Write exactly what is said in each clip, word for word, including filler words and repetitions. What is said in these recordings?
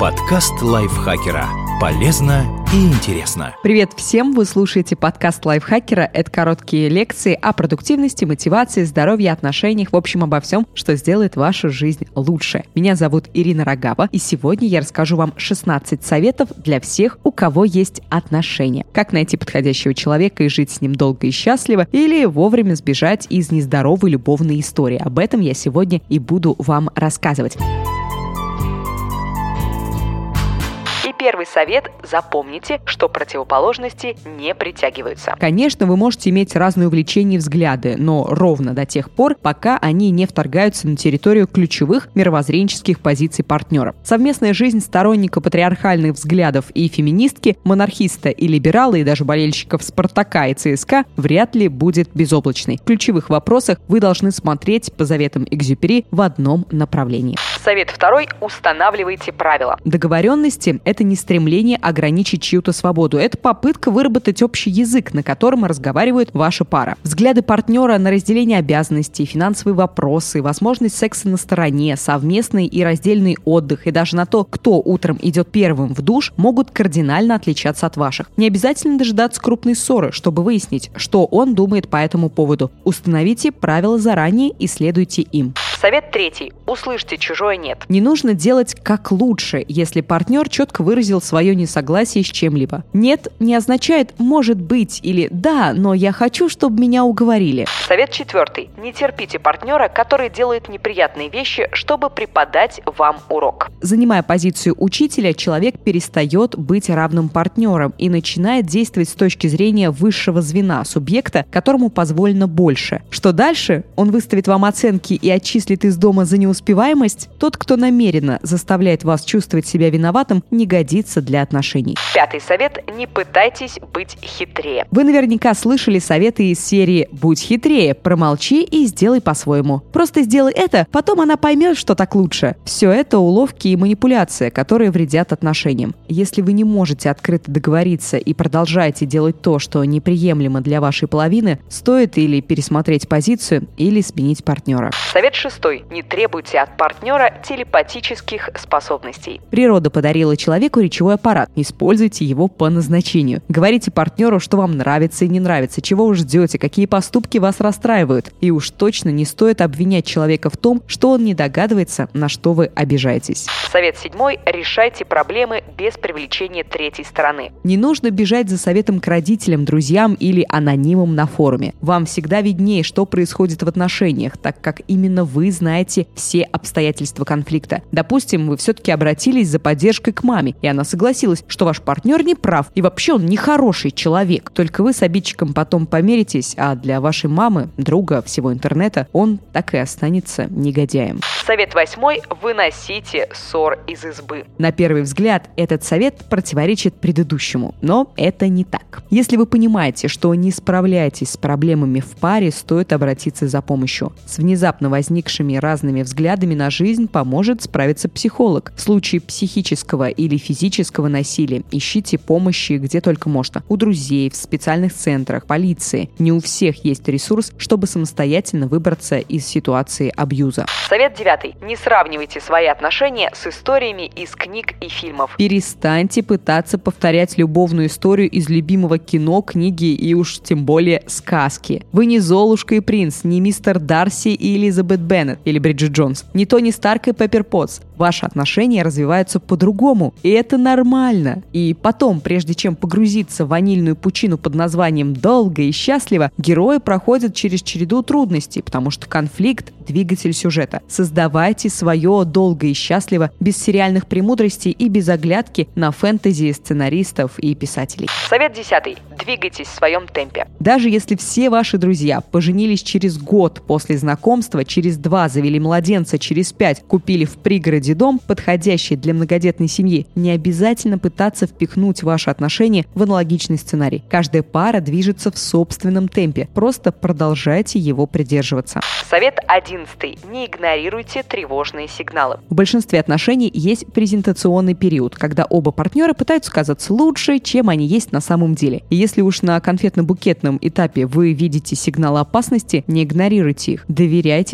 Подкаст лайфхакера. Полезно и интересно. Привет всем! Вы слушаете подкаст лайфхакера. Это короткие лекции о продуктивности, мотивации, здоровье, отношениях, в общем, обо всем, что сделает вашу жизнь лучше. Меня зовут Ирина Рогава, и сегодня я расскажу вам шестнадцать советов для всех, у кого есть отношения. Как найти подходящего человека и жить с ним долго и счастливо, или вовремя сбежать из нездоровой любовной истории. Об этом я сегодня и буду вам рассказывать. Первый совет – запомните, что противоположности не притягиваются. Конечно, вы можете иметь разные увлечения и взгляды, но ровно до тех пор, пока они не вторгаются на территорию ключевых мировоззренческих позиций партнера. Совместная жизнь сторонника патриархальных взглядов и феминистки, монархиста и либерала, и даже болельщиков «Спартака» и ЦСКА вряд ли будет безоблачной. В ключевых вопросах вы должны смотреть по заветам Экзюпери в одном направлении. Совет второй – устанавливайте правила. Договоренности – это не стремление ограничить чью-то свободу. Это попытка выработать общий язык, на котором разговаривает ваша пара. Взгляды партнера на разделение обязанностей, финансовые вопросы, возможность секса на стороне, совместный и раздельный отдых и даже на то, кто утром идет первым в душ, могут кардинально отличаться от ваших. Не обязательно дожидаться крупной ссоры, чтобы выяснить, что он думает по этому поводу. Установите правила заранее и следуйте им. Совет третий. Услышьте чужое «нет». Не нужно делать как лучше, если партнер четко выразил свое несогласие с чем-либо. «Нет» не означает «может быть» или «да, но я хочу, чтобы меня уговорили». Совет четвертый. Не терпите партнера, который делает неприятные вещи, чтобы преподать вам урок. Занимая позицию учителя, человек перестает быть равным партнером и начинает действовать с точки зрения высшего звена, субъекта, которому позволено больше. Что дальше? Он выставит вам оценки и отчислит из дома за неуспеваемость? Тот, кто намеренно заставляет вас чувствовать себя виноватым, не годится для отношений. Пятый совет. Не пытайтесь быть хитрее. Вы наверняка слышали советы из серии «Будь хитрее, промолчи и сделай по-своему». Просто сделай это, потом она поймет, что так лучше. Все это уловки и манипуляция, которые вредят отношениям. Если вы не можете открыто договориться и продолжаете делать то, что неприемлемо для вашей половины, стоит или пересмотреть позицию, или сменить партнера. Совет шестой. Не требуйте от партнера телепатических способностей. Природа подарила человеку речевой аппарат. Используйте его по назначению. Говорите партнеру, что вам нравится и не нравится, чего вы ждете, какие поступки вас расстраивают. И уж точно не стоит обвинять человека в том, что он не догадывается, на что вы обижаетесь. Совет седьмой. Решайте проблемы без привлечения третьей стороны. Не нужно бежать за советом к родителям, друзьям или анонимам на форуме. Вам всегда виднее, что происходит в отношениях, так как именно вы знаете все обстоятельства конфликта. Допустим, вы все-таки обратились за поддержкой к маме, и она согласилась, что ваш партнер не прав, и вообще он нехороший человек. Только вы с обидчиком потом помиритесь, а для вашей мамы, друга, всего интернета, он так и останется негодяем. Совет восьмой. Выносите ссор из избы. На первый взгляд, этот совет противоречит предыдущему, но это не так. Если вы понимаете, что не справляетесь с проблемами в паре, стоит обратиться за помощью. С внезапно возникшими разными взглядами на жизнь поможет справиться психолог. В случае психического или физического насилия ищите помощи где только можно. У друзей, в специальных центрах, полиции. Не у всех есть ресурс, чтобы самостоятельно выбраться из ситуации абьюза. Совет девятый. Не сравнивайте свои отношения с историями из книг и фильмов. Перестаньте пытаться повторять любовную историю из любимого кино, книги и уж тем более сказки. Вы не Золушка и принц, не мистер Дарси и Элизабет Беннет или Бриджит Джонс, не Тони Старк и Пеппер Потс. Ваши отношения развиваются по-другому, и это нормально. И потом, прежде чем погрузиться в ванильную пучину под названием «Долго и счастливо», герои проходят через череду трудностей, потому что конфликт – двигатель сюжета. Создавайте свое «Долго и счастливо» без сериальных премудростей и без оглядки на фэнтези сценаристов и писателей. Совет десятый. Двигайтесь в своем темпе. Даже если все ваши друзья поженились через год после знакомства, через два завели младенца, через пять купили в пригороде дом, подходящий для многодетной семьи, не обязательно пытаться впихнуть ваши отношения в аналогичный сценарий. Каждая пара движется в собственном темпе. Просто продолжайте его придерживаться. Совет одиннадцатый. Не игнорируйте тревожные сигналы. В большинстве отношений есть презентационный период, когда оба партнера пытаются казаться лучше, чем они есть на самом деле. И если уж на конфетно-букетном этапе вы видите сигналы опасности, не игнорируйте их. Доверяйте своей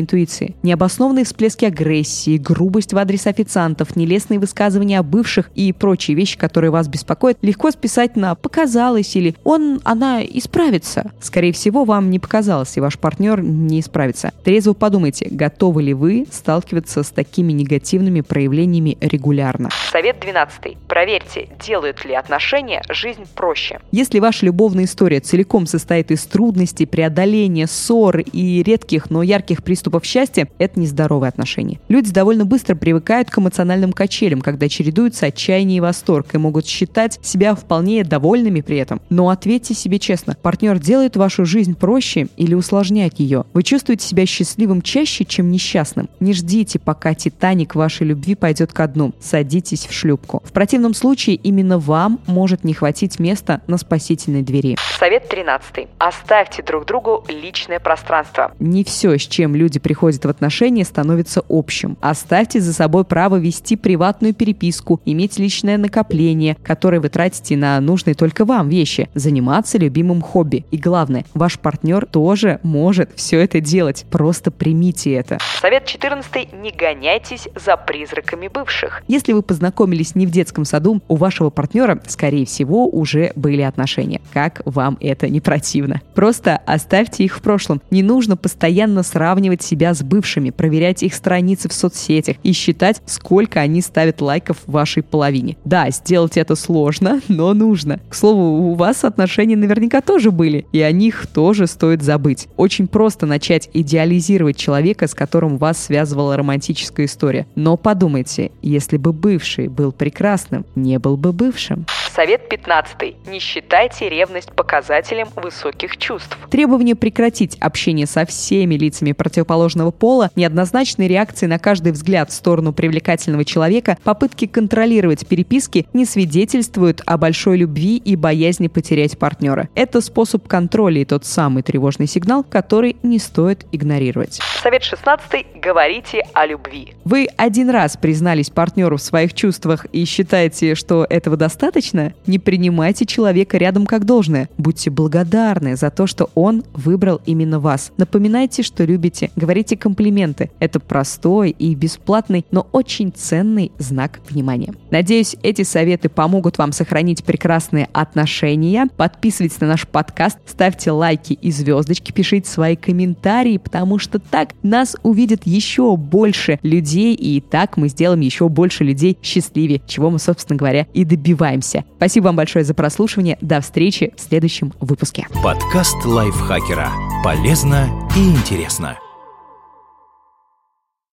интуиции. Необоснованные всплески агрессии, грубость в адрес официантов, нелестные высказывания о бывших и прочие вещи, которые вас беспокоят, легко списать на «показалось» или «он, она исправится». Скорее всего, вам не показалось, и ваш партнер не исправится. Трезво подумайте, готовы ли вы сталкиваться с такими негативными проявлениями регулярно. Совет двенадцатый. Проверьте, делают ли отношения жизнь проще. Если ваша любовная история целиком состоит из трудностей, преодоления, ссор и редких, но ярких приступов счастья, это нездоровые отношения. Люди довольно быстро привыкают к эмоциональным качелям, когда чередуются отчаяние и восторг, и могут считать себя вполне довольными при этом. Но ответьте себе честно, партнер делает вашу жизнь проще или усложняет ее? Вы чувствуете себя счастливым чаще, чем несчастным? Не ждите, пока Титаник вашей любви пойдет ко дну. Садитесь в шлюпку. В противном случае именно вам может не хватить места на спасительной двери. Совет тринадцатый. Оставьте друг другу личное пространство. Не все, с чем люди приходят в отношения, становится общим. Оставьте за собой право вести приватную переписку, иметь личное накопление, которое вы тратите на нужные только вам вещи, заниматься любимым хобби. И главное, ваш партнер тоже может все это делать. Просто примите это. Совет четырнадцатый. Не гоняйтесь за призраками бывших. Если вы познакомились не в детском саду, у вашего партнера, скорее всего, уже были отношения. Как вам это не противно? Просто оставьте их в прошлом. Не нужно постоянно сравнивать себя с бывшими, проверять их страницы в соцсетях и считать, сколько они ставят лайков в вашей половине. Да, сделать это сложно, но нужно. К слову, у вас отношения наверняка тоже были, и о них тоже стоит забыть. Очень просто начать идеализировать человека, с которым вас связывала романтическая история. Но подумайте, если бы бывший был прекрасным, не был бы бывшим. Совет пятнадцатый. Не считайте ревность показателем высоких чувств. Требование прекратить общение со всеми лицами противоположного пола, неоднозначные реакции на каждый взгляд в сторону привлекательного человека, попытки контролировать переписки не свидетельствуют о большой любви и боязни потерять партнера. Это способ контроля и тот самый тревожный сигнал, который не стоит игнорировать. Совет шестнадцатый. Говорите о любви. Вы один раз признались партнеру в своих чувствах и считаете, что этого достаточно? Не принимайте человека рядом как должное. Будьте благодарны за то, что он выбрал именно вас. Напоминайте, что любите. Говорите комплименты. Это простой и бесплатный, но очень ценный знак внимания. Надеюсь, эти советы помогут вам сохранить прекрасные отношения. Подписывайтесь на наш подкаст, ставьте лайки и звездочки, пишите свои комментарии, потому что так нас увидит еще больше людей, и так мы сделаем еще больше людей счастливее, чего мы, собственно говоря, и добиваемся. Спасибо вам большое за прослушивание. До встречи в следующем выпуске. Подкаст лайфхакера. Полезно и интересно.